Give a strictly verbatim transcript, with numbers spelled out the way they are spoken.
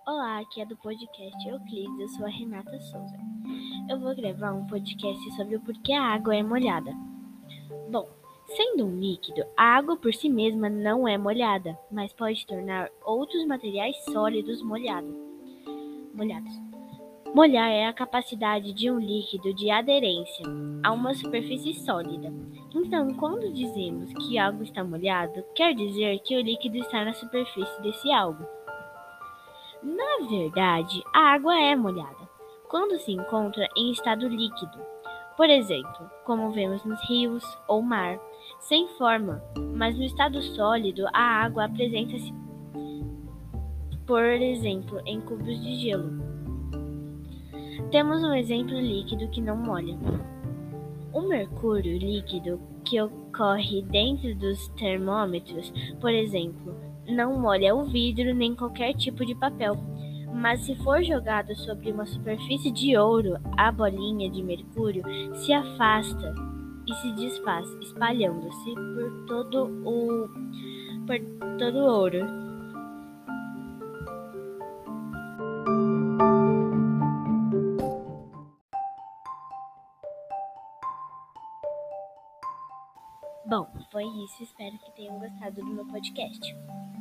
Olá, aqui é do podcast Euclides, eu sou a Renata Souza. Eu vou gravar um podcast sobre o porquê a água é molhada. Bom, sendo um líquido, a água por si mesma não é molhada, mas pode tornar outros materiais sólidos molhado, molhados. Molhar é a capacidade de um líquido de aderência a uma superfície sólida. Então, quando dizemos que algo está molhado, quer dizer que o líquido está na superfície desse algo. Na verdade, a água é molhada quando se encontra em estado líquido, por exemplo, como vemos nos rios ou mar, sem forma, mas no estado sólido a água apresenta-se, por exemplo, em cubos de gelo. Temos um exemplo líquido que não molha. O mercúrio líquido que ocorre dentro dos termômetros, por exemplo, não molha o vidro nem qualquer tipo de papel. Mas se for jogado sobre uma superfície de ouro, a bolinha de mercúrio se afasta e se desfaz, espalhando-se por todo o por todo o ouro. Bom, foi isso. Espero que tenham gostado do meu podcast.